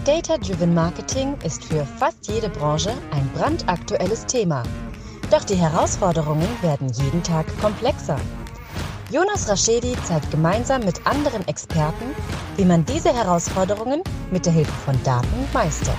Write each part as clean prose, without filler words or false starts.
Data-Driven Marketing ist für fast jede Branche ein brandaktuelles Thema. Doch die Herausforderungen werden jeden Tag komplexer. Jonas Raschedi zeigt gemeinsam mit anderen Experten, wie man diese Herausforderungen mit der Hilfe von Daten meistert.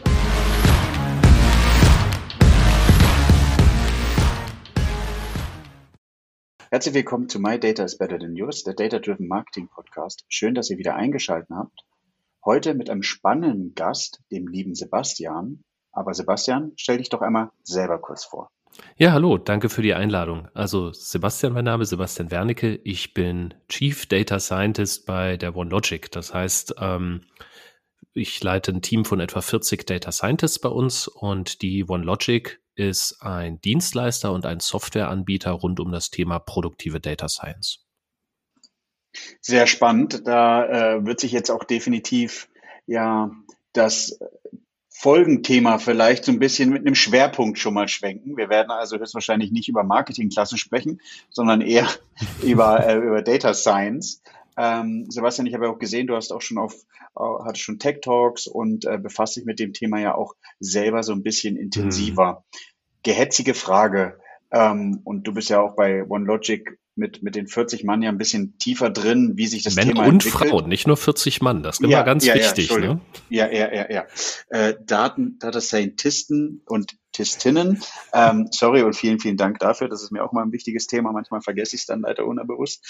Herzlich willkommen zu My Data is Better Than Yours, der Data-Driven Marketing Podcast. Schön, dass ihr wieder eingeschaltet habt. Heute mit einem spannenden Gast, dem lieben Sebastian. Aber Sebastian, stell dich doch einmal selber kurz vor. Ja, hallo, danke für die Einladung. Also Sebastian, mein Name ist Sebastian Wernicke. Ich bin Chief Data Scientist bei der OneLogic. Das heißt, ich leite ein Team von etwa 40 Data Scientists bei uns und die OneLogic ist ein Dienstleister und ein Softwareanbieter rund um das Thema produktive Data Science. Sehr spannend. Da wird sich jetzt auch definitiv das Folgenthema vielleicht so ein bisschen mit einem Schwerpunkt schon mal schwenken. Wir werden also höchstwahrscheinlich nicht über Marketingklassen sprechen, sondern eher über Data Science. Sebastian, ich habe ja auch gesehen, du hast auch hattest schon Tech Talks und befasst dich mit dem Thema ja auch selber so ein bisschen intensiver. Gehetzige Frage. Und du bist ja auch bei OneLogic mit den 40 Mann ja ein bisschen tiefer drin, wie sich das Thema entwickelt. Männer und Frauen, nicht nur 40 Mann, das ist immer ganz wichtig. Ne? Ja. Data Scientisten und Tistinnen. Sorry und vielen, vielen Dank dafür. Das ist mir auch mal ein wichtiges Thema. Manchmal vergesse ich es dann leider unbewusst.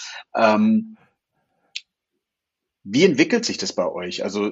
Wie entwickelt sich das bei euch? Also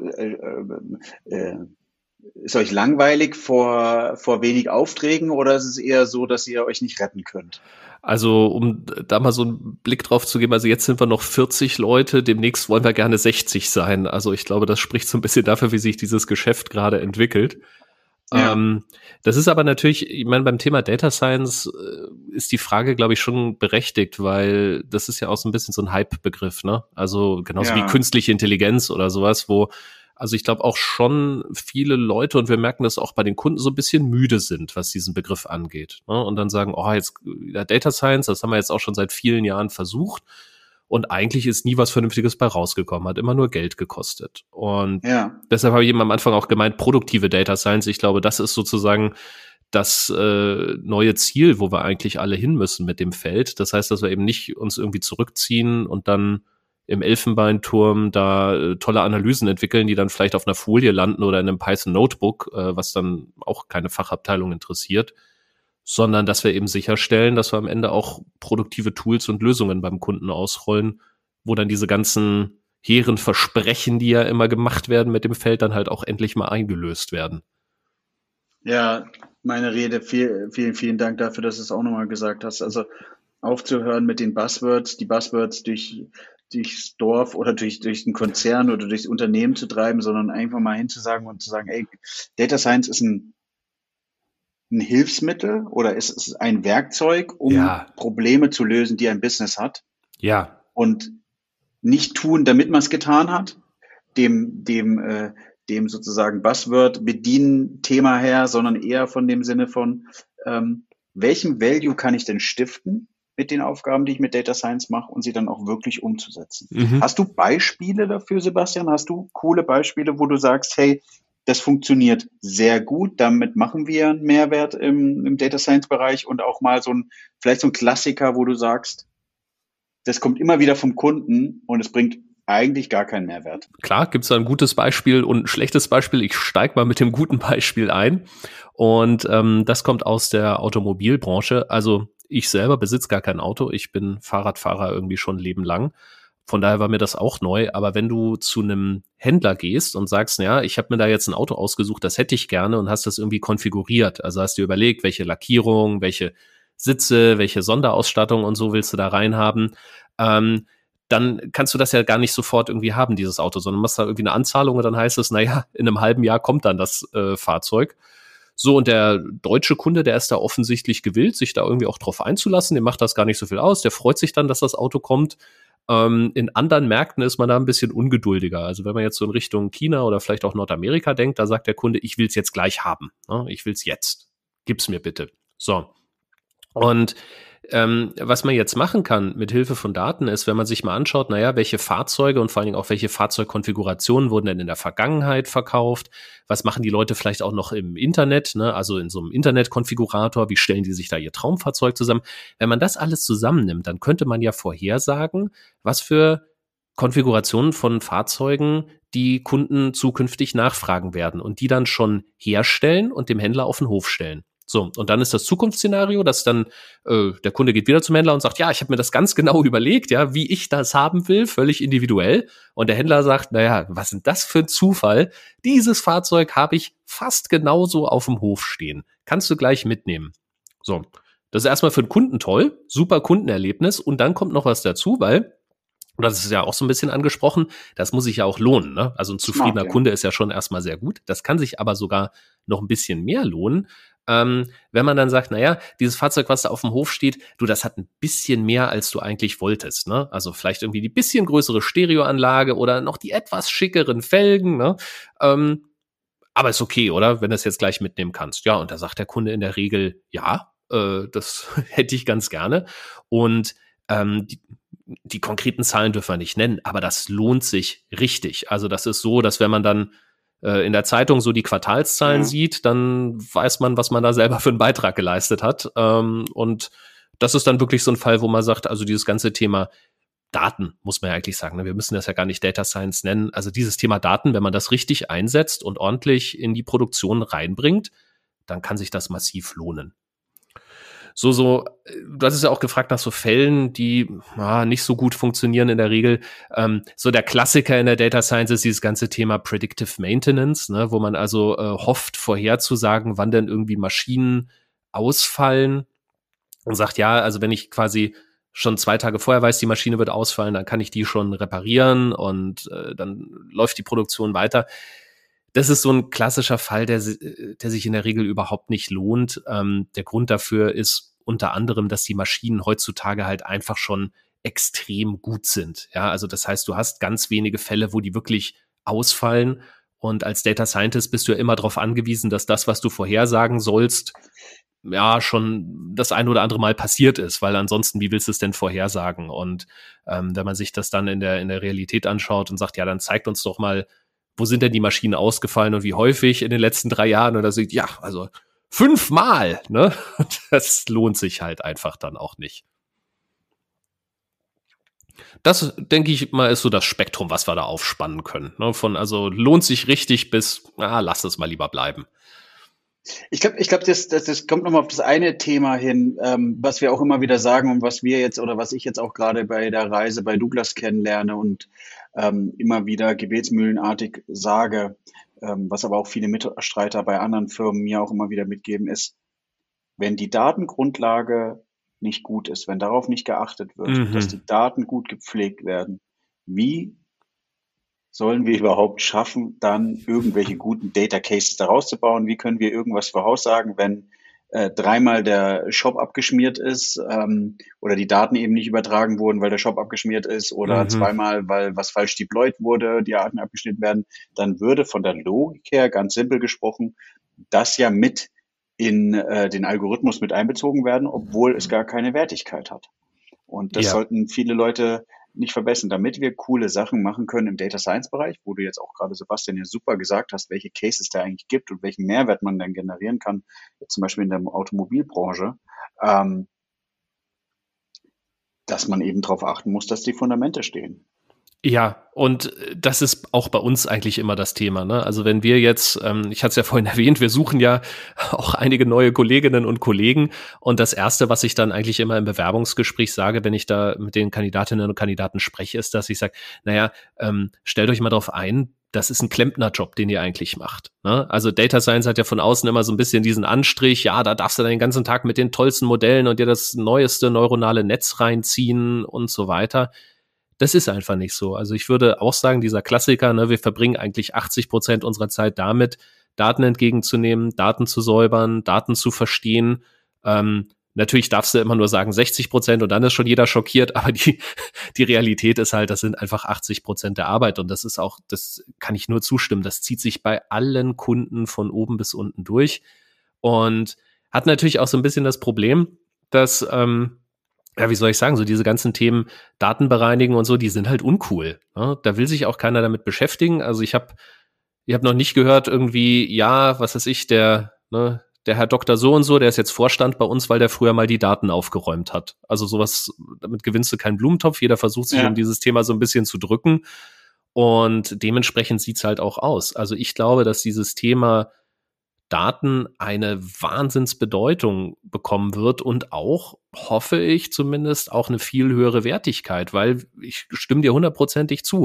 ist euch langweilig vor wenig Aufträgen oder ist es eher so, dass ihr euch nicht retten könnt? Also um da mal so einen Blick drauf zu geben, also jetzt sind wir noch 40 Leute, demnächst wollen wir gerne 60 sein. Also ich glaube, das spricht so ein bisschen dafür, wie sich dieses Geschäft gerade entwickelt. Ja. Das ist aber natürlich, ich meine, beim Thema Data Science ist die Frage, glaube ich, schon berechtigt, weil das ist ja auch so ein bisschen so ein Hype-Begriff, ne? Also genauso wie künstliche Intelligenz oder sowas, also ich glaube auch schon viele Leute, und wir merken das auch bei den Kunden, so ein bisschen müde sind, was diesen Begriff angeht, ne? Und dann sagen, jetzt Data Science, das haben wir jetzt auch schon seit vielen Jahren versucht. Und eigentlich ist nie was Vernünftiges bei rausgekommen, hat immer nur Geld gekostet. Und deshalb habe ich eben am Anfang auch gemeint, produktive Data Science. Ich glaube, das ist sozusagen das neue Ziel, wo wir eigentlich alle hin müssen mit dem Feld. Das heißt, dass wir eben nicht uns irgendwie zurückziehen und dann im Elfenbeinturm da tolle Analysen entwickeln, die dann vielleicht auf einer Folie landen oder in einem Python Notebook, was dann auch keine Fachabteilung interessiert, sondern dass wir eben sicherstellen, dass wir am Ende auch produktive Tools und Lösungen beim Kunden ausrollen, wo dann diese ganzen hehren Versprechen, die ja immer gemacht werden mit dem Feld, dann halt auch endlich mal eingelöst werden. Ja, meine Rede, vielen, vielen Dank dafür, dass du es auch nochmal gesagt hast. Also aufzuhören mit den Buzzwords, die Buzzwords durchs Dorf oder durch den Konzern oder durchs Unternehmen zu treiben, sondern einfach mal hinzusagen und zu sagen, ey, Data Science ist ein Hilfsmittel oder ist es ein Werkzeug, um Probleme zu lösen, die ein Business hat? Ja. Und nicht tun, damit man es getan hat, dem sozusagen Buzzword bedienen Thema her, sondern eher von dem Sinne von, welchen Value kann ich denn stiften mit den Aufgaben, die ich mit Data Science mache und sie dann auch wirklich umzusetzen? Hast du Beispiele dafür, Sebastian? Hast du coole Beispiele, wo du sagst, hey, das funktioniert sehr gut, damit machen wir einen Mehrwert im Data Science Bereich und auch mal vielleicht so ein Klassiker, wo du sagst, das kommt immer wieder vom Kunden und es bringt eigentlich gar keinen Mehrwert. Klar, gibt es da ein gutes Beispiel und ein schlechtes Beispiel. Ich steige mal mit dem guten Beispiel ein und das kommt aus der Automobilbranche. Also ich selber besitze gar kein Auto. Ich bin Fahrradfahrer irgendwie schon ein Leben lang. Von daher war mir das auch neu. Aber wenn du zu einem Händler gehst und sagst, ja, ich habe mir da jetzt ein Auto ausgesucht, das hätte ich gerne und hast das irgendwie konfiguriert. Also hast dir überlegt, welche Lackierung, welche Sitze, welche Sonderausstattung und so willst du da reinhaben. Dann kannst du das ja gar nicht sofort irgendwie haben, dieses Auto, sondern machst da irgendwie eine Anzahlung und dann heißt es, naja, in einem halben Jahr kommt dann das Fahrzeug. So, und der deutsche Kunde, der ist da offensichtlich gewillt, sich da irgendwie auch drauf einzulassen, dem macht das gar nicht so viel aus, der freut sich dann, dass das Auto kommt. In anderen Märkten ist man da ein bisschen ungeduldiger. Also wenn man jetzt so in Richtung China oder vielleicht auch Nordamerika denkt, da sagt der Kunde, ich will es jetzt gleich haben. Ich will es jetzt. Gib's mir bitte. So. Und Was man jetzt machen kann mit Hilfe von Daten ist, wenn man sich mal anschaut, naja, welche Fahrzeuge und vor allen Dingen auch welche Fahrzeugkonfigurationen wurden denn in der Vergangenheit verkauft, was machen die Leute vielleicht auch noch im Internet, ne? Also in so einem Internetkonfigurator, wie stellen die sich da ihr Traumfahrzeug zusammen? Wenn man das alles zusammennimmt, dann könnte man ja vorhersagen, was für Konfigurationen von Fahrzeugen die Kunden zukünftig nachfragen werden und die dann schon herstellen und dem Händler auf den Hof stellen. So, und dann ist das Zukunftsszenario, dass dann der Kunde geht wieder zum Händler und sagt, ja, ich habe mir das ganz genau überlegt, ja, wie ich das haben will, völlig individuell. Und der Händler sagt, naja, was ist denn das für ein Zufall? Dieses Fahrzeug habe ich fast genauso auf dem Hof stehen. Kannst du gleich mitnehmen. So, das ist erstmal für den Kunden toll, super Kundenerlebnis. Und dann kommt noch was dazu, weil, und das ist ja auch so ein bisschen angesprochen, das muss sich ja auch lohnen, ne? Also ein zufriedener Kunde ist ja schon erstmal sehr gut. Das kann sich aber sogar noch ein bisschen mehr lohnen, wenn man dann sagt, naja, dieses Fahrzeug, was da auf dem Hof steht, du, das hat ein bisschen mehr, als du eigentlich wolltest, ne? Also vielleicht irgendwie die bisschen größere Stereoanlage oder noch die etwas schickeren Felgen, ne? Aber ist okay, oder? Wenn du es jetzt gleich mitnehmen kannst. Ja, und da sagt der Kunde in der Regel, ja, das hätte ich ganz gerne. Und die konkreten Zahlen dürfen wir nicht nennen, aber das lohnt sich richtig. Also das ist so, dass wenn man dann in der Zeitung so die Quartalszahlen sieht, dann weiß man, was man da selber für einen Beitrag geleistet hat. Und das ist dann wirklich so ein Fall, wo man sagt, also dieses ganze Thema Daten, muss man ja eigentlich sagen, ne? Wir müssen das ja gar nicht Data Science nennen. Also dieses Thema Daten, wenn man das richtig einsetzt und ordentlich in die Produktion reinbringt, dann kann sich das massiv lohnen. Du hast es ja auch gefragt nach so Fällen, die nicht so gut funktionieren in der Regel. So der Klassiker in der Data Science ist dieses ganze Thema Predictive Maintenance, ne, wo man also hofft, vorherzusagen, wann denn irgendwie Maschinen ausfallen und sagt, ja, also wenn ich quasi schon 2 Tage vorher weiß, die Maschine wird ausfallen, dann kann ich die schon reparieren und dann läuft die Produktion weiter. Das ist so ein klassischer Fall, der sich in der Regel überhaupt nicht lohnt. Der Grund dafür ist unter anderem, dass die Maschinen heutzutage halt einfach schon extrem gut sind. Ja, also das heißt, du hast ganz wenige Fälle, wo die wirklich ausfallen. Und als Data Scientist bist du ja immer darauf angewiesen, dass das, was du vorhersagen sollst, ja schon das ein oder andere Mal passiert ist, weil ansonsten, wie willst du es denn vorhersagen? Und wenn man sich das dann in der Realität anschaut und sagt, ja, dann zeigt uns doch mal, wo sind denn die Maschinen ausgefallen und wie häufig in den letzten 3 Jahren? Und da sieht, ja, also 5-mal, ne? Das lohnt sich halt einfach dann auch nicht. Das, denke ich mal, ist so das Spektrum, was wir da aufspannen können. Ne? Von, also lohnt sich richtig bis, lass es mal lieber bleiben. Ich glaube, das kommt nochmal auf das eine Thema hin, was wir auch immer wieder sagen und was wir jetzt oder was ich jetzt auch gerade bei der Reise bei Douglas kennenlerne und immer wieder gebetsmühlenartig sage, was aber auch viele Mitstreiter bei anderen Firmen mir auch immer wieder mitgeben, ist, wenn die Datengrundlage nicht gut ist, wenn darauf nicht geachtet wird, dass die Daten gut gepflegt werden, wie sollen wir überhaupt schaffen, dann irgendwelche guten Data Cases daraus zu bauen? Wie können wir irgendwas voraussagen, wenn 3-mal der Shop abgeschmiert ist oder die Daten eben nicht übertragen wurden, weil der Shop abgeschmiert ist oder 2-mal, weil was falsch deployed wurde, die Daten abgeschnitten werden, dann würde von der Logik her, ganz simpel gesprochen, das ja mit in den Algorithmus mit einbezogen werden, obwohl es gar keine Wertigkeit hat. Und das sollten viele Leute nicht verbessern, damit wir coole Sachen machen können im Data Science Bereich, wo du jetzt auch gerade, Sebastian, ja super gesagt hast, welche Cases da eigentlich gibt und welchen Mehrwert man dann generieren kann, jetzt zum Beispiel in der Automobilbranche, dass man eben darauf achten muss, dass die Fundamente stehen. Ja, und das ist auch bei uns eigentlich immer das Thema, ne? Also wenn wir jetzt, ich hatte es ja vorhin erwähnt, wir suchen ja auch einige neue Kolleginnen und Kollegen und das Erste, was ich dann eigentlich immer im Bewerbungsgespräch sage, wenn ich da mit den Kandidatinnen und Kandidaten spreche, ist, dass ich sage, naja, stellt euch mal drauf ein, das ist ein Klempnerjob, den ihr eigentlich macht, ne? Also Data Science hat ja von außen immer so ein bisschen diesen Anstrich, ja, da darfst du dann den ganzen Tag mit den tollsten Modellen und dir das neueste neuronale Netz reinziehen und so weiter. Das ist einfach nicht so. Also ich würde auch sagen, dieser Klassiker, ne, wir verbringen eigentlich 80% unserer Zeit damit, Daten entgegenzunehmen, Daten zu säubern, Daten zu verstehen. Natürlich darfst du immer nur sagen 60% und dann ist schon jeder schockiert, aber die Realität ist halt, das sind einfach 80% der Arbeit und das ist auch, das kann ich nur zustimmen, das zieht sich bei allen Kunden von oben bis unten durch und hat natürlich auch so ein bisschen das Problem, dass ja, wie soll ich sagen, so diese ganzen Themen Daten bereinigen und so, die sind halt uncool. Ne? Da will sich auch keiner damit beschäftigen. Also ich hab noch nicht gehört irgendwie, ja, was weiß ich, der Herr Doktor so und so, der ist jetzt Vorstand bei uns, weil der früher mal die Daten aufgeräumt hat. Also sowas, damit gewinnst du keinen Blumentopf. Jeder versucht sich um dieses Thema so ein bisschen zu drücken. Und dementsprechend sieht's halt auch aus. Also ich glaube, dass dieses Thema Daten eine Wahnsinnsbedeutung bekommen wird und auch, hoffe ich zumindest, auch eine viel höhere Wertigkeit, weil ich stimme dir 100%ig zu.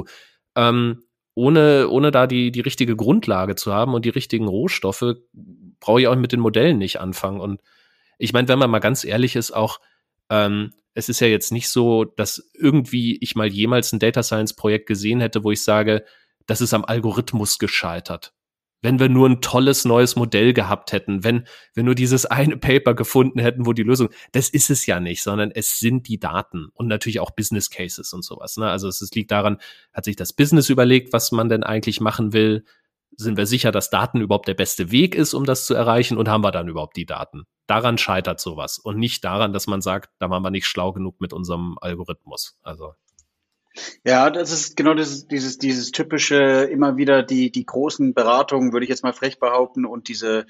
Ohne da die richtige Grundlage zu haben und die richtigen Rohstoffe, brauche ich auch mit den Modellen nicht anfangen. Und ich meine, wenn man mal ganz ehrlich ist, auch es ist ja jetzt nicht so, dass irgendwie ich mal jemals ein Data Science Projekt gesehen hätte, wo ich sage, das ist am Algorithmus gescheitert. Wenn wir nur ein tolles neues Modell gehabt hätten, wenn wir nur dieses eine Paper gefunden hätten, wo die Lösung, das ist es ja nicht, sondern es sind die Daten und natürlich auch Business Cases und sowas. Ne? Also es liegt daran, hat sich das Business überlegt, was man denn eigentlich machen will? Sind wir sicher, dass Daten überhaupt der beste Weg ist, um das zu erreichen? Und haben wir dann überhaupt die Daten? Daran scheitert sowas und nicht daran, dass man sagt, da waren wir nicht schlau genug mit unserem Algorithmus. Also Ja, das ist genau dieses typische, immer wieder die großen Beratungen, würde ich jetzt mal frech behaupten, und diese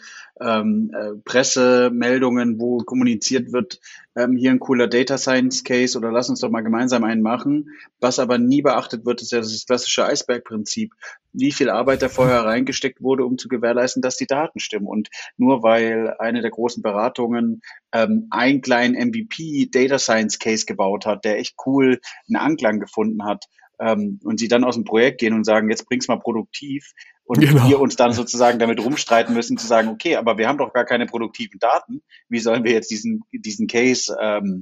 Pressemeldungen, wo kommuniziert wird, hier ein cooler Data Science Case oder lass uns doch mal gemeinsam einen machen. Was aber nie beachtet wird, ist ja das klassische Eisbergprinzip. Wie viel Arbeit da vorher reingesteckt wurde, um zu gewährleisten, dass die Daten stimmen. Und nur weil eine der großen Beratungen einen kleinen MVP Data Science Case gebaut hat, der echt cool einen Anklang gefunden hat, und sie dann aus dem Projekt gehen und sagen, jetzt bring's mal produktiv, und wir uns dann sozusagen damit rumstreiten müssen, zu sagen, okay, aber wir haben doch gar keine produktiven Daten, wie sollen wir jetzt diesen Case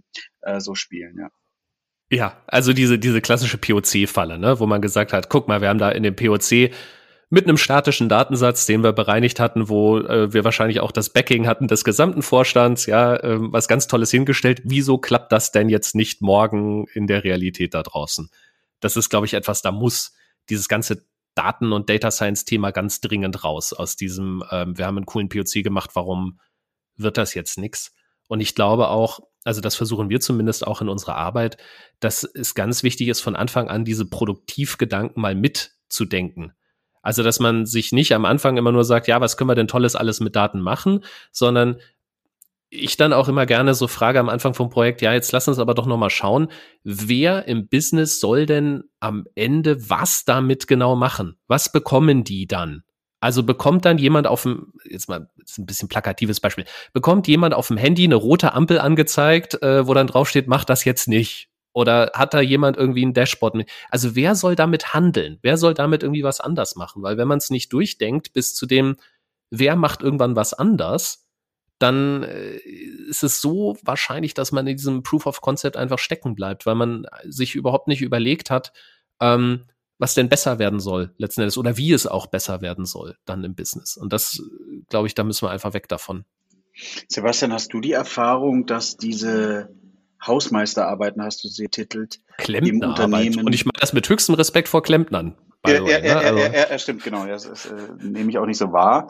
so spielen, ja. Ja, also diese klassische POC-Falle, ne, wo man gesagt hat, guck mal, wir haben da in dem POC mit einem statischen Datensatz, den wir bereinigt hatten, wo wir wahrscheinlich auch das Backing hatten des gesamten Vorstands, ja, was ganz Tolles hingestellt. Wieso klappt das denn jetzt nicht morgen in der Realität da draußen? Das ist, glaube ich, etwas, da muss dieses ganze Daten- und Data-Science-Thema ganz dringend raus aus diesem, wir haben einen coolen POC gemacht, warum wird das jetzt nix? Und ich glaube auch, also das versuchen wir zumindest auch in unserer Arbeit, dass es ganz wichtig ist, von Anfang an diese Produktivgedanken mal mitzudenken. Also, dass man sich nicht am Anfang immer nur sagt, ja, was können wir denn Tolles alles mit Daten machen, sondern ich dann auch immer gerne so frage am Anfang vom Projekt, ja, jetzt lass uns aber doch nochmal schauen, wer im Business soll denn am Ende was damit genau machen? Was bekommen die dann? Also bekommt dann jemand auf dem, jetzt mal ist ein bisschen plakatives Beispiel, bekommt jemand auf dem Handy eine rote Ampel angezeigt, wo dann draufsteht, mach das jetzt nicht? Oder hat da jemand irgendwie ein Dashboard mit? Also wer soll damit handeln? Wer soll damit irgendwie was anders machen? Weil wenn man es nicht durchdenkt bis zu dem, wer macht irgendwann was anders, dann ist es so wahrscheinlich, dass man in diesem Proof of Concept einfach stecken bleibt, weil man sich überhaupt nicht überlegt hat, was denn besser werden soll letzten Endes oder wie es auch besser werden soll dann im Business. Und das, glaube ich, da müssen wir einfach weg davon. Sebastian, hast du die Erfahrung, dass diese Hausmeisterarbeiten, hast du sie titelt, im Unternehmen... Und ich meine das mit höchstem Respekt vor Klempnern. Ja, stimmt, genau. Das nehme ich auch nicht so wahr.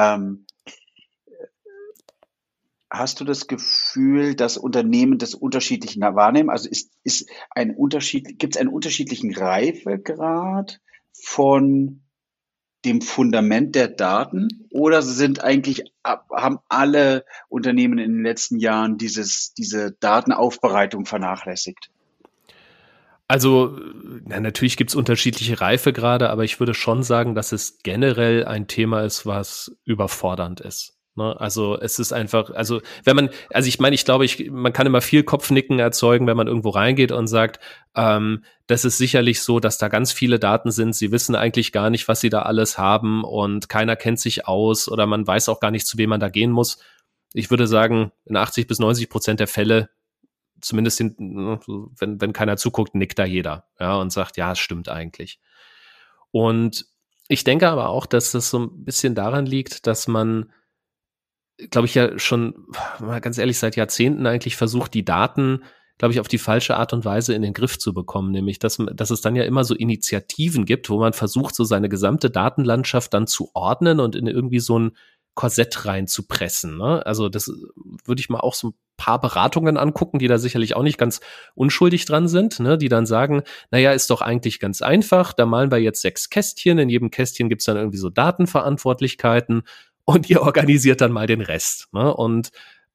Hast du das Gefühl, dass Unternehmen das unterschiedlich wahrnehmen? Also gibt es einen unterschiedlichen Reifegrad von dem Fundament der Daten, oder haben alle Unternehmen in den letzten Jahren diese Datenaufbereitung vernachlässigt? Also, natürlich gibt's unterschiedliche Reifegrade, aber ich würde schon sagen, dass es generell ein Thema ist, was überfordernd ist. Ne? Also es ist einfach, ich glaube, man kann immer viel Kopfnicken erzeugen, wenn man irgendwo reingeht und sagt, das ist sicherlich so, dass da ganz viele Daten sind, sie wissen eigentlich gar nicht, was sie da alles haben und keiner kennt sich aus oder man weiß auch gar nicht, zu wem man da gehen muss. Ich würde sagen, in 80-90% der Fälle, zumindest wenn keiner zuguckt, nickt da jeder, ja, und sagt, ja, es stimmt eigentlich. Und ich denke aber auch, dass das so ein bisschen daran liegt, dass man, glaube ich, ja schon, mal ganz ehrlich, seit Jahrzehnten eigentlich versucht, die Daten, glaube ich, auf die falsche Art und Weise in den Griff zu bekommen. Nämlich, dass es dann ja immer so Initiativen gibt, wo man versucht, so seine gesamte Datenlandschaft dann zu ordnen und in irgendwie so ein Korsett reinzupressen. Ne? Also das würde ich mal auch so ein paar Beratungen angucken, die da sicherlich auch nicht ganz unschuldig dran sind, ne? Die dann sagen, naja, ist doch eigentlich ganz einfach, da malen wir jetzt 6 Kästchen, in jedem Kästchen gibt's dann irgendwie so Datenverantwortlichkeiten und ihr organisiert dann mal den Rest. Ne? Und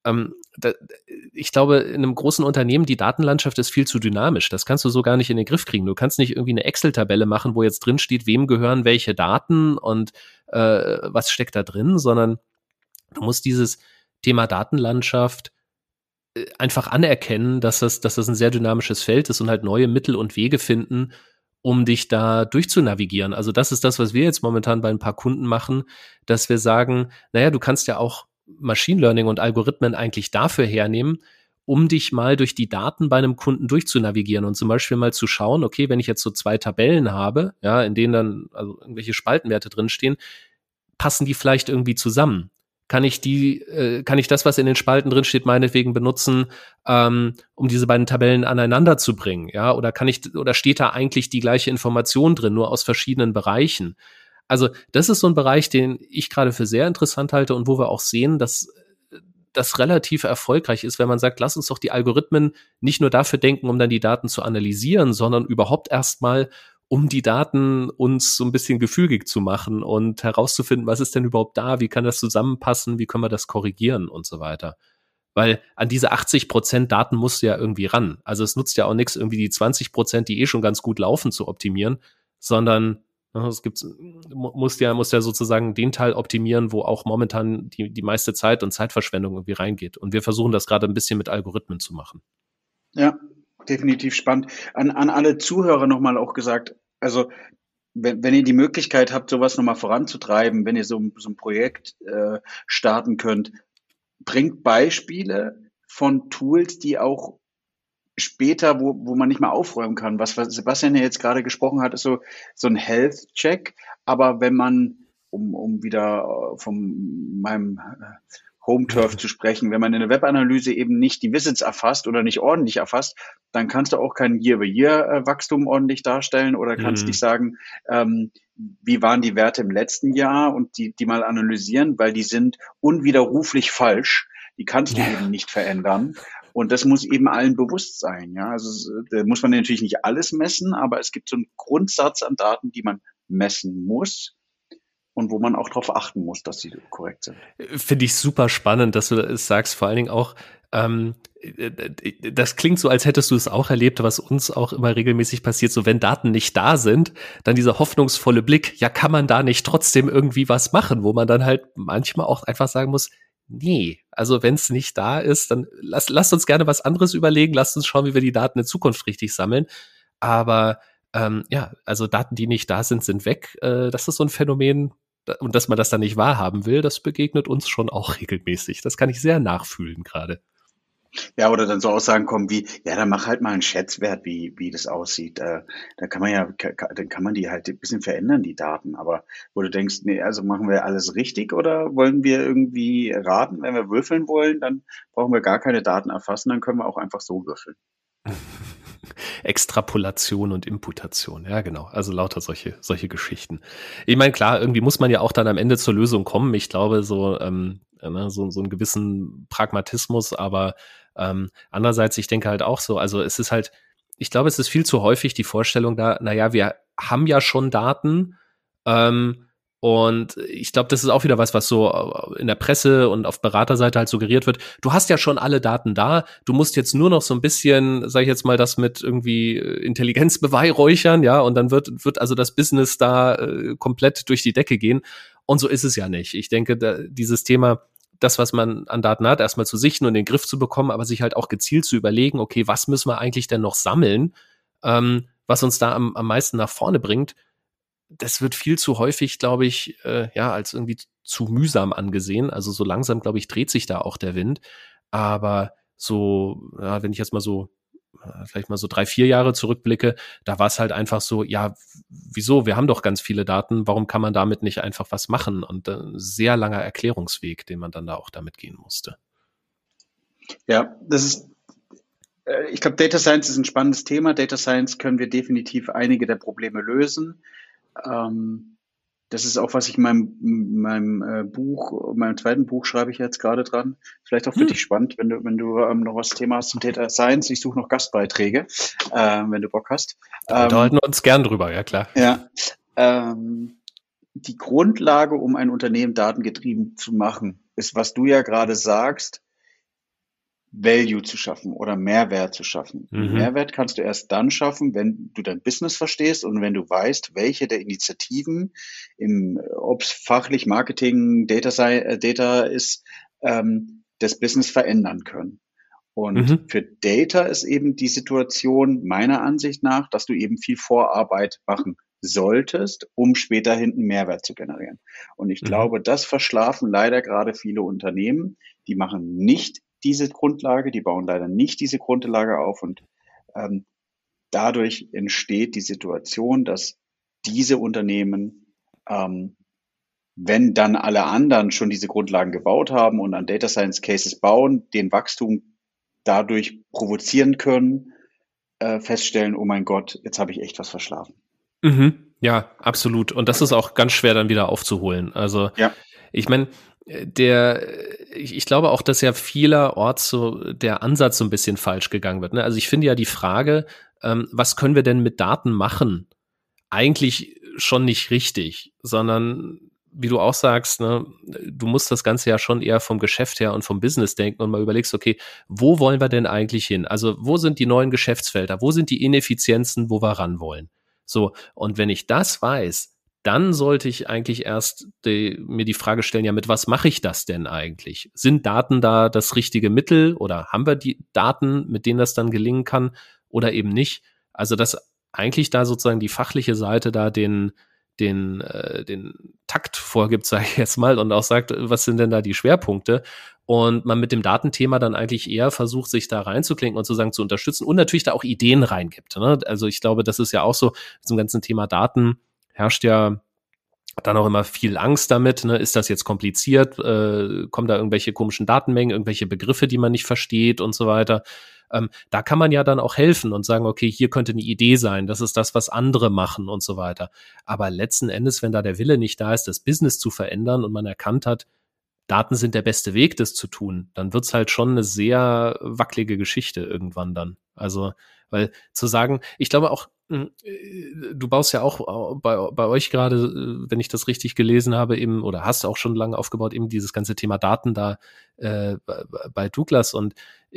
ich glaube, in einem großen Unternehmen, die Datenlandschaft ist viel zu dynamisch. Das kannst du so gar nicht in den Griff kriegen. Du kannst nicht irgendwie eine Excel-Tabelle machen, wo jetzt drin steht, wem gehören welche Daten und was steckt da drin, sondern du musst dieses Thema Datenlandschaft einfach anerkennen, dass das ein sehr dynamisches Feld ist und halt neue Mittel und Wege finden, um dich da durchzunavigieren. Also das ist das, was wir jetzt momentan bei ein paar Kunden machen, dass wir sagen, naja, du kannst ja auch Machine Learning und Algorithmen eigentlich dafür hernehmen, um dich mal durch die Daten bei einem Kunden durchzunavigieren und zum Beispiel mal zu schauen, okay, wenn ich jetzt so 2 Tabellen habe, ja, in denen dann also irgendwelche Spaltenwerte drinstehen, passen die vielleicht irgendwie zusammen? Kann ich das, was in den Spalten drin steht, meinetwegen benutzen, um diese beiden Tabellen aneinander zu bringen, ja? Oder steht da eigentlich die gleiche Information drin, nur aus verschiedenen Bereichen? Also das ist so ein Bereich, den ich gerade für sehr interessant halte und wo wir auch sehen, dass das relativ erfolgreich ist, wenn man sagt, lass uns doch die Algorithmen nicht nur dafür denken, um dann die Daten zu analysieren, sondern überhaupt erstmal, um die Daten uns so ein bisschen gefügig zu machen und herauszufinden, was ist denn überhaupt da, wie kann das zusammenpassen, wie können wir das korrigieren und so weiter. Weil an diese 80% Daten musst du ja irgendwie ran. Also es nutzt ja auch nichts, irgendwie die 20%, die schon ganz gut laufen, zu optimieren, sondern muss ja sozusagen den Teil optimieren, wo auch momentan die meiste Zeit und Zeitverschwendung irgendwie reingeht. Und wir versuchen das gerade ein bisschen mit Algorithmen zu machen. Ja, definitiv spannend. An alle Zuhörer nochmal auch gesagt, also wenn ihr die Möglichkeit habt, sowas nochmal voranzutreiben, wenn ihr so ein Projekt starten könnt, bringt Beispiele von Tools, die auch später, wo man nicht mehr aufräumen kann. Was Sebastian ja jetzt gerade gesprochen hat, ist so ein Health-Check. Aber wenn man, um wieder von meinem Home-Turf zu sprechen, wenn man in der Webanalyse eben nicht die Visits erfasst oder nicht ordentlich erfasst, dann kannst du auch kein Year-over-Year-Wachstum ordentlich darstellen oder kannst nicht sagen, wie waren die Werte im letzten Jahr und die mal analysieren, weil die sind unwiderruflich falsch. Die kannst du eben nicht verändern. Und das muss eben allen bewusst sein. Ja, also da muss man natürlich nicht alles messen, aber es gibt so einen Grundsatz an Daten, die man messen muss und wo man auch darauf achten muss, dass sie korrekt sind. Finde ich super spannend, dass du das sagst. Vor allen Dingen auch, das klingt so, als hättest du es auch erlebt, was uns auch immer regelmäßig passiert. So, wenn Daten nicht da sind, dann dieser hoffnungsvolle Blick, ja, kann man da nicht trotzdem irgendwie was machen, wo man dann halt manchmal auch einfach sagen muss, nee, also wenn es nicht da ist, dann lasst uns gerne was anderes überlegen, lasst uns schauen, wie wir die Daten in Zukunft richtig sammeln. Aber ja, also Daten, die nicht da sind, sind weg. Das ist so ein Phänomen, und dass man das dann nicht wahrhaben will, das begegnet uns schon auch regelmäßig. Das kann ich sehr nachfühlen gerade. Ja, oder dann so Aussagen kommen wie, ja, dann mach halt mal einen Schätzwert, wie das aussieht. Da kann man die halt ein bisschen verändern, die Daten. Aber wo du denkst, nee, also machen wir alles richtig oder wollen wir irgendwie raten? Wenn wir würfeln wollen, dann brauchen wir gar keine Daten erfassen, dann können wir auch einfach so würfeln. Extrapolation und Imputation, ja genau, also lauter solche Geschichten. Ich meine, klar, irgendwie muss man ja auch dann am Ende zur Lösung kommen. Ich glaube, so einen gewissen Pragmatismus, aber andererseits, ich denke halt auch so, also es ist halt, ich glaube, es ist viel zu häufig die Vorstellung da, naja, wir haben ja schon Daten, und ich glaube, das ist auch wieder was so in der Presse und auf Beraterseite halt suggeriert wird. Du hast ja schon alle Daten da. Du musst jetzt nur noch so ein bisschen, sag ich jetzt mal, das mit irgendwie Intelligenz beweihräuchern, ja, und dann wird also das Business da komplett durch die Decke gehen. Und so ist es ja nicht. Ich denke, dieses Thema, das, was man an Daten hat, erstmal zu sichten und in den Griff zu bekommen, aber sich halt auch gezielt zu überlegen, okay, was müssen wir eigentlich denn noch sammeln, was uns da am meisten nach vorne bringt, das wird viel zu häufig, glaube ich, als irgendwie zu mühsam angesehen. Also so langsam, glaube ich, dreht sich da auch der Wind. Aber so, ja, wenn ich jetzt mal so vielleicht mal so 3-4 Jahre zurückblicke, da war es halt einfach so, ja, wieso? Wir haben doch ganz viele Daten. Warum kann man damit nicht einfach was machen? Und ein sehr langer Erklärungsweg, den man dann da auch damit gehen musste. Ja, ich glaube, Data Science ist ein spannendes Thema. Data Science können wir definitiv einige der Probleme lösen. das ist auch, was ich in meinem Buch, meinem zweiten Buch schreibe ich jetzt gerade dran. Vielleicht auch für dich spannend, wenn du noch was Thema hast zum Data Science. Ich suche noch Gastbeiträge, wenn du Bock hast. Da unterhalten wir uns gern drüber, ja klar. Ja, die Grundlage, um ein Unternehmen datengetrieben zu machen, ist, was du ja gerade sagst, Value zu schaffen oder Mehrwert zu schaffen. Mehrwert kannst du erst dann schaffen, wenn du dein Business verstehst und wenn du weißt, welche der Initiativen, ob es fachlich Marketing, Data ist, das Business verändern können. Und für Data ist eben die Situation meiner Ansicht nach, dass du eben viel Vorarbeit machen solltest, um später hinten Mehrwert zu generieren. Und ich glaube, das verschlafen leider gerade viele Unternehmen. Die machen nicht diese Grundlage, die bauen leider nicht diese Grundlage auf und dadurch entsteht die Situation, dass diese Unternehmen, wenn dann alle anderen schon diese Grundlagen gebaut haben und an Data Science Cases bauen, den Wachstum dadurch provozieren können, feststellen, oh mein Gott, jetzt habe ich echt was verschlafen. Ja, absolut. Und das ist auch ganz schwer dann wieder aufzuholen. Also ich meine, ich glaube auch, dass ja vielerorts so der Ansatz so ein bisschen falsch gegangen wird. Ne? Also ich finde ja die Frage, was können wir denn mit Daten machen, eigentlich schon nicht richtig, sondern wie du auch sagst, ne, du musst das Ganze ja schon eher vom Geschäft her und vom Business denken und mal überlegst, okay, wo wollen wir denn eigentlich hin? Also wo sind die neuen Geschäftsfelder? Wo sind die Ineffizienzen, wo wir ran wollen? So, und wenn ich das weiß, dann sollte ich eigentlich erst mir die Frage stellen, ja, mit was mache ich das denn eigentlich? Sind Daten da das richtige Mittel oder haben wir die Daten, mit denen das dann gelingen kann oder eben nicht? Also, dass eigentlich da sozusagen die fachliche Seite da den Takt vorgibt, sage ich jetzt mal, und auch sagt, was sind denn da die Schwerpunkte? Und man mit dem Datenthema dann eigentlich eher versucht, sich da reinzuklinken und sozusagen zu unterstützen und natürlich da auch Ideen reingibt. Ne? Also ich glaube, das ist ja auch so, zum ganzen Thema Daten herrscht ja dann auch immer viel Angst damit, ne? Ist das jetzt kompliziert? Kommen da irgendwelche komischen Datenmengen, irgendwelche Begriffe, die man nicht versteht und so weiter? Da kann man ja dann auch helfen und sagen, okay, hier könnte eine Idee sein, das ist das, was andere machen und so weiter. Aber letzten Endes, wenn da der Wille nicht da ist, das Business zu verändern und man erkannt hat, Daten sind der beste Weg, das zu tun, dann wird's halt schon eine sehr wackelige Geschichte irgendwann dann. Also, weil zu sagen, ich glaube auch, du baust ja auch bei euch gerade, wenn ich das richtig gelesen habe, eben, oder hast auch schon lange aufgebaut, eben dieses ganze Thema Daten da bei Douglas. Und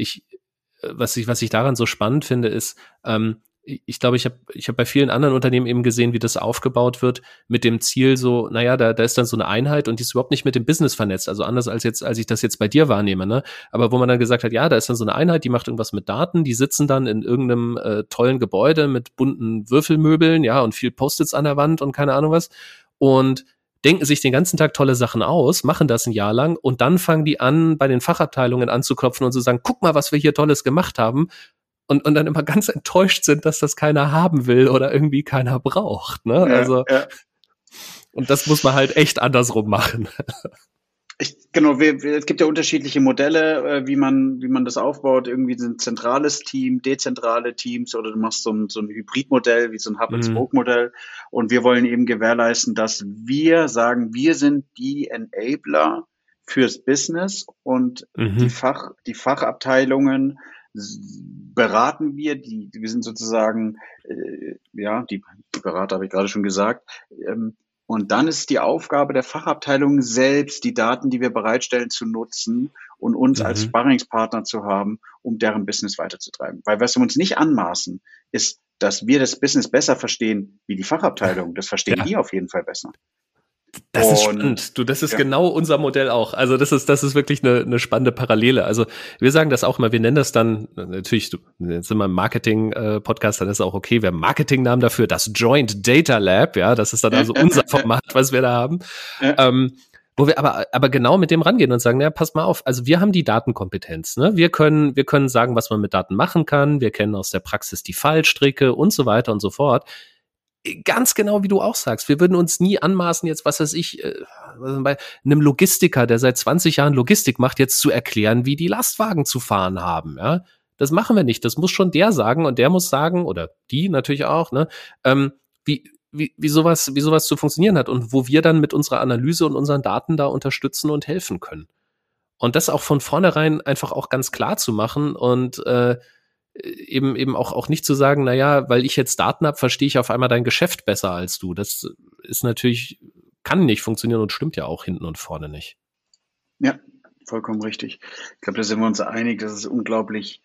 was ich daran so spannend finde, ist, ich glaube, ich hab bei vielen anderen Unternehmen eben gesehen, wie das aufgebaut wird, mit dem Ziel so, naja, da ist dann so eine Einheit und die ist überhaupt nicht mit dem Business vernetzt, also anders als ich das jetzt bei dir wahrnehme, ne? Aber wo man dann gesagt hat, ja, da ist dann so eine Einheit, die macht irgendwas mit Daten, die sitzen dann in irgendeinem tollen Gebäude mit bunten Würfelmöbeln, ja, und viel Post-its an der Wand und keine Ahnung was und denken sich den ganzen Tag tolle Sachen aus, machen das ein Jahr lang und dann fangen die an, bei den Fachabteilungen anzuklopfen und zu sagen, guck mal, was wir hier Tolles gemacht haben. Und dann immer ganz enttäuscht sind, dass das keiner haben will oder irgendwie keiner braucht. Ne? Also, und das muss man halt echt andersrum machen. Genau, es gibt ja unterschiedliche Modelle, wie man das aufbaut. Irgendwie ein zentrales Team, dezentrale Teams oder du machst so ein Hybridmodell, wie so ein Hub-and-Spoke-Modell. Und wir wollen eben gewährleisten, dass wir sagen, wir sind die Enabler fürs Business und die Fachabteilungen beraten wir sind sozusagen, die Berater habe ich gerade schon gesagt, und dann ist die Aufgabe der Fachabteilung selbst, die Daten, die wir bereitstellen, zu nutzen und uns als Sparringspartner zu haben, um deren Business weiterzutreiben. Weil was wir uns nicht anmaßen, ist, dass wir das Business besser verstehen wie die Fachabteilung. Das verstehen die auf jeden Fall besser. Das ist spannend. Du, das ist genau unser Modell auch. Also das ist wirklich eine spannende Parallele. Also wir sagen das auch immer, wir nennen das dann, natürlich, jetzt sind wir im Marketing-Podcast, dann ist auch okay, wir haben einen Marketingnamen dafür, das Joint Data Lab, ja, das ist dann also unser Format, was wir da haben. Wo wir aber genau mit dem rangehen und sagen, na, pass mal auf, also wir haben die Datenkompetenz, ne? Wir können sagen, was man mit Daten machen kann, wir kennen aus der Praxis die Fallstricke und so weiter und so fort. Ganz genau, wie du auch sagst. Wir würden uns nie anmaßen, jetzt, was weiß ich, bei einem Logistiker, der seit 20 Jahren Logistik macht, jetzt zu erklären, wie die Lastwagen zu fahren haben, ja. Das machen wir nicht. Das muss schon der sagen und der muss sagen, oder die natürlich auch, ne, wie sowas zu funktionieren hat und wo wir dann mit unserer Analyse und unseren Daten da unterstützen und helfen können. Und das auch von vornherein einfach auch ganz klar zu machen und eben auch nicht zu sagen, naja, weil ich jetzt Daten habe, verstehe ich auf einmal dein Geschäft besser als du. Das ist natürlich, kann nicht funktionieren und stimmt ja auch hinten und vorne nicht. Ja, vollkommen richtig. Ich glaube, da sind wir uns einig, dass es unglaublich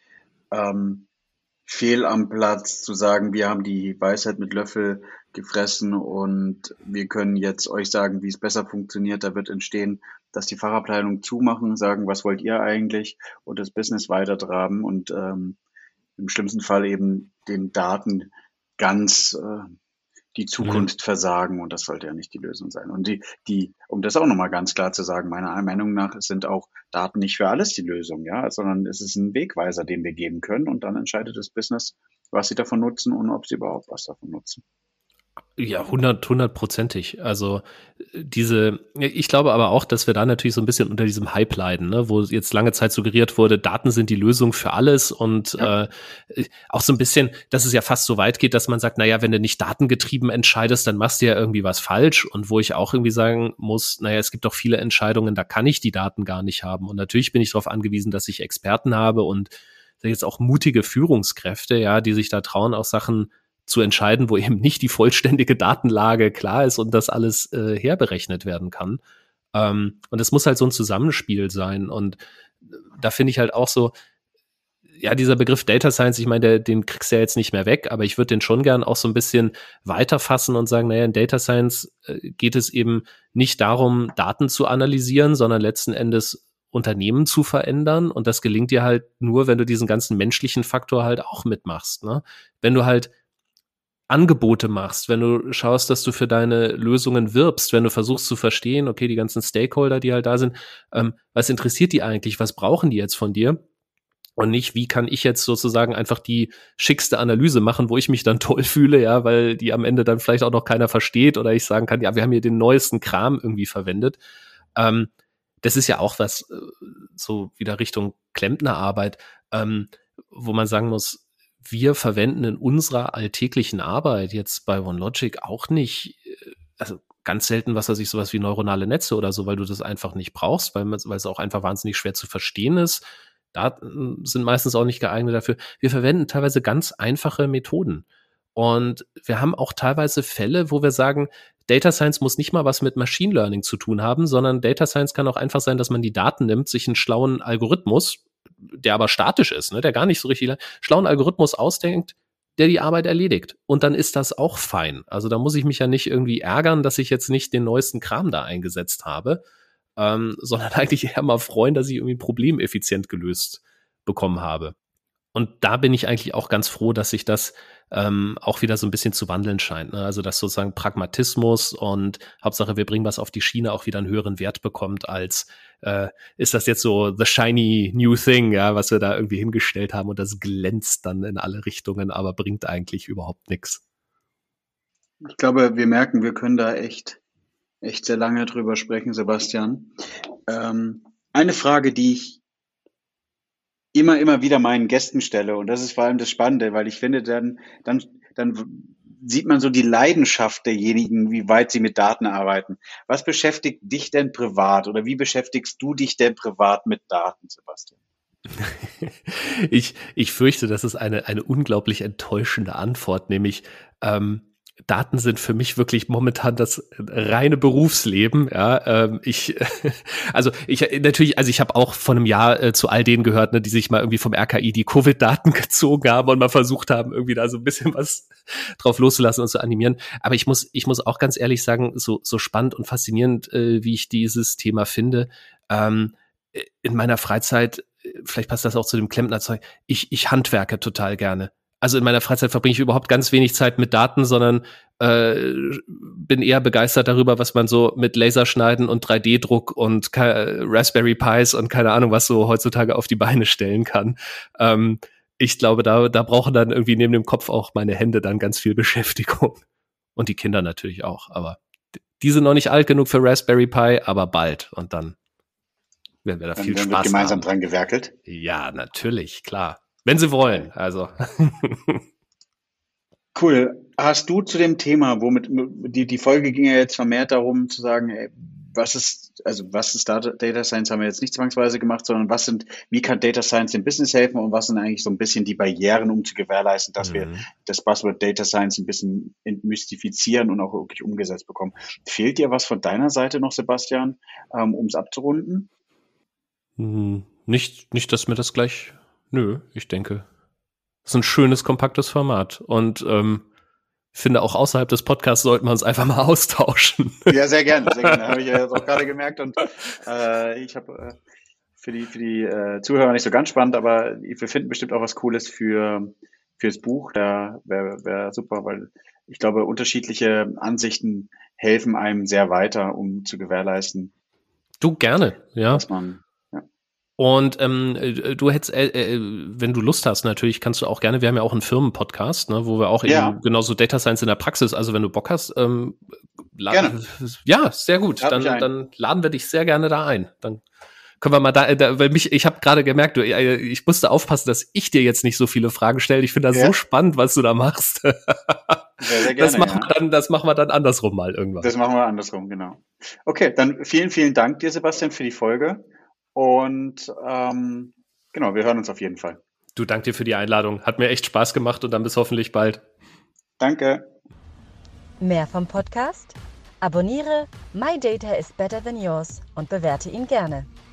fehl am Platz zu sagen, wir haben die Weisheit mit Löffel gefressen und wir können jetzt euch sagen, wie es besser funktioniert. Da wird entstehen, dass die Fachabteilungen zumachen, sagen, was wollt ihr eigentlich, und das Business weitertraben und im schlimmsten Fall eben den Daten ganz die Zukunft versagen, und das sollte ja nicht die Lösung sein. Und um das auch nochmal ganz klar zu sagen, meiner Meinung nach sind auch Daten nicht für alles die Lösung, ja, sondern es ist ein Wegweiser, den wir geben können, und dann entscheidet das Business, was sie davon nutzen und ob sie überhaupt was davon nutzen. Ja, 100%ig. Also ich glaube aber auch, dass wir da natürlich so ein bisschen unter diesem Hype leiden, ne? Wo jetzt lange Zeit suggeriert wurde, Daten sind die Lösung für alles und auch so ein bisschen, dass es ja fast so weit geht, dass man sagt, naja, wenn du nicht datengetrieben entscheidest, dann machst du ja irgendwie was falsch, und wo ich auch irgendwie sagen muss, naja, es gibt doch viele Entscheidungen, da kann ich die Daten gar nicht haben, und natürlich bin ich darauf angewiesen, dass ich Experten habe und jetzt auch mutige Führungskräfte, ja, die sich da trauen, auch Sachen zu entscheiden, wo eben nicht die vollständige Datenlage klar ist und das alles herberechnet werden kann. Und es muss halt so ein Zusammenspiel sein. Und da finde ich halt auch so, ja, dieser Begriff Data Science, ich meine, den kriegst du ja jetzt nicht mehr weg, aber ich würde den schon gern auch so ein bisschen weiterfassen und sagen, naja, in Data Science geht es eben nicht darum, Daten zu analysieren, sondern letzten Endes Unternehmen zu verändern. Und das gelingt dir halt nur, wenn du diesen ganzen menschlichen Faktor halt auch mitmachst, ne? Wenn du halt Angebote machst, wenn du schaust, dass du für deine Lösungen wirbst, wenn du versuchst zu verstehen, okay, die ganzen Stakeholder, die halt da sind, was interessiert die eigentlich, was brauchen die jetzt von dir? Und nicht, wie kann ich jetzt sozusagen einfach die schickste Analyse machen, wo ich mich dann toll fühle, ja, weil die am Ende dann vielleicht auch noch keiner versteht oder ich sagen kann, ja, wir haben hier den neuesten Kram irgendwie verwendet. Das ist ja auch was, so wieder Richtung Klempnerarbeit, wo man sagen muss, wir verwenden in unserer alltäglichen Arbeit jetzt bei OneLogic auch nicht, also ganz selten, was weiß ich, sowas wie neuronale Netze oder so, weil du das einfach nicht brauchst, weil es auch einfach wahnsinnig schwer zu verstehen ist. Daten sind meistens auch nicht geeignet dafür. Wir verwenden teilweise ganz einfache Methoden. Und wir haben auch teilweise Fälle, wo wir sagen, Data Science muss nicht mal was mit Machine Learning zu tun haben, sondern Data Science kann auch einfach sein, dass man die Daten nimmt, sich einen schlauen Algorithmus, der aber statisch ist, ne, der gar nicht so richtig schlauen Algorithmus ausdenkt, der die Arbeit erledigt. Und dann ist das auch fein. Also da muss ich mich ja nicht irgendwie ärgern, dass ich jetzt nicht den neuesten Kram da eingesetzt habe, sondern eigentlich eher mal freuen, dass ich irgendwie ein Problem effizient gelöst bekommen habe. Und da bin ich eigentlich auch ganz froh, dass sich das auch wieder so ein bisschen zu wandeln scheint, ne? Also dass sozusagen Pragmatismus und Hauptsache wir bringen was auf die Schiene auch wieder einen höheren Wert bekommt, als ist das jetzt so the shiny new thing, ja, was wir da irgendwie hingestellt haben, und das glänzt dann in alle Richtungen, aber bringt eigentlich überhaupt nichts. Ich glaube, wir merken, wir können da echt sehr lange drüber sprechen, Sebastian. Eine Frage, die ich immer wieder meinen Gästen stelle, und das ist vor allem das Spannende, weil ich finde, dann sieht man so die Leidenschaft derjenigen, wie weit sie mit Daten arbeiten. Was beschäftigt dich denn privat, oder wie beschäftigst du dich denn privat mit Daten, Sebastian? Ich fürchte, das ist eine unglaublich enttäuschende Antwort, nämlich Daten sind für mich wirklich momentan das reine Berufsleben. Ja, ich habe auch vor einem Jahr zu all denen gehört, ne, die sich mal irgendwie vom RKI die Covid-Daten gezogen haben und mal versucht haben, irgendwie da so ein bisschen was drauf loszulassen und zu animieren. Aber ich muss auch ganz ehrlich sagen, so spannend und faszinierend, wie ich dieses Thema finde, in meiner Freizeit, vielleicht passt das auch zu dem Klempnerzeug, ich handwerke total gerne. Also in meiner Freizeit verbringe ich überhaupt ganz wenig Zeit mit Daten, sondern bin eher begeistert darüber, was man so mit Laserschneiden und 3D-Druck und Raspberry Pis und keine Ahnung, was so heutzutage auf die Beine stellen kann. Ich glaube, da brauchen dann irgendwie neben dem Kopf auch meine Hände dann ganz viel Beschäftigung. Und die Kinder natürlich auch. Aber die sind noch nicht alt genug für Raspberry Pi, aber bald. Und dann werden wir da viel Spaß haben. Dann wird gemeinsam dran gewerkelt? Ja, natürlich, klar. Wenn sie wollen, also. Cool. Hast du zu dem Thema, die Folge ging ja jetzt vermehrt darum zu sagen, ey, was ist Data Science haben wir jetzt nicht zwangsweise gemacht, sondern wie kann Data Science dem Business helfen und was sind eigentlich so ein bisschen die Barrieren, um zu gewährleisten, dass wir das Buzzword Data Science ein bisschen entmystifizieren und auch wirklich umgesetzt bekommen. Fehlt dir was von deiner Seite noch, Sebastian, um es abzurunden? Nicht, dass mir das gleich, ich denke, das ist ein schönes, kompaktes Format und finde auch außerhalb des Podcasts sollten wir uns einfach mal austauschen. Ja, sehr gerne, sehr gerne. Habe ich ja jetzt auch gerade gemerkt und ich habe für die Zuhörer nicht so ganz spannend, aber wir finden bestimmt auch was Cooles fürs Buch. Da wäre super, weil ich glaube, unterschiedliche Ansichten helfen einem sehr weiter, um zu gewährleisten. Du gerne, ja. Dass man Und du hättest, wenn du Lust hast, natürlich kannst du auch gerne, wir haben ja auch einen Firmenpodcast, ne, wo wir auch eben genauso Data Science in der Praxis, also wenn du Bock hast, gerne. Ja, sehr gut, dann laden wir dich sehr gerne da ein. Dann können wir mal weil ich habe gerade gemerkt, ich musste aufpassen, dass ich dir jetzt nicht so viele Fragen stelle. Ich finde das so spannend, was du da machst. Sehr gerne, das machen wir dann andersrum mal irgendwann. Das machen wir andersrum, genau. Okay, dann vielen, vielen Dank dir, Sebastian, für die Folge. Und genau, wir hören uns auf jeden Fall. Du, danke dir für die Einladung. Hat mir echt Spaß gemacht und dann bis hoffentlich bald. Danke. Mehr vom Podcast? Abonniere My Data is Better Than Yours und bewerte ihn gerne.